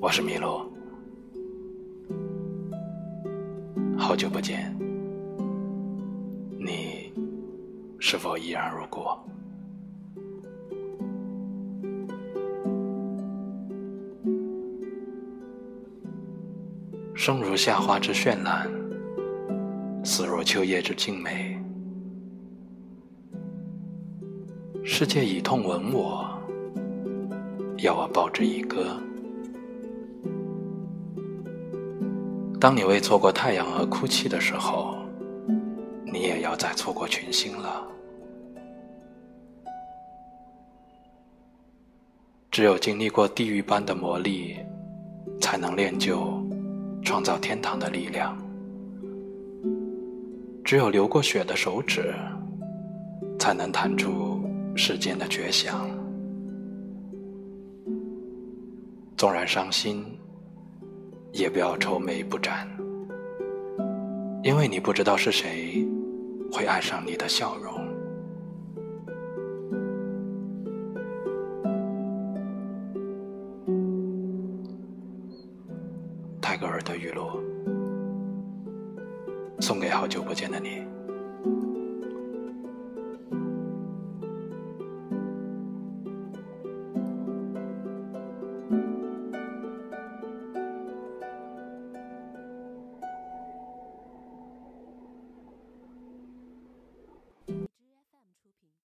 我是麋鹿，好久不见，你是否依然如故？生如夏花之绚烂，死如秋叶之静美。世界以痛吻我，要我报之以歌。当你为错过太阳而哭泣的时候，你也要再错过群星了。只有经历过地狱般的磨砺，才能练就创造天堂的力量。只有流过血的手指，才能弹出世间的绝响。纵然伤心，也不要愁眉不展，因为你不知道是谁会爱上你的笑容。泰戈尔的语录，送给好久不见的你。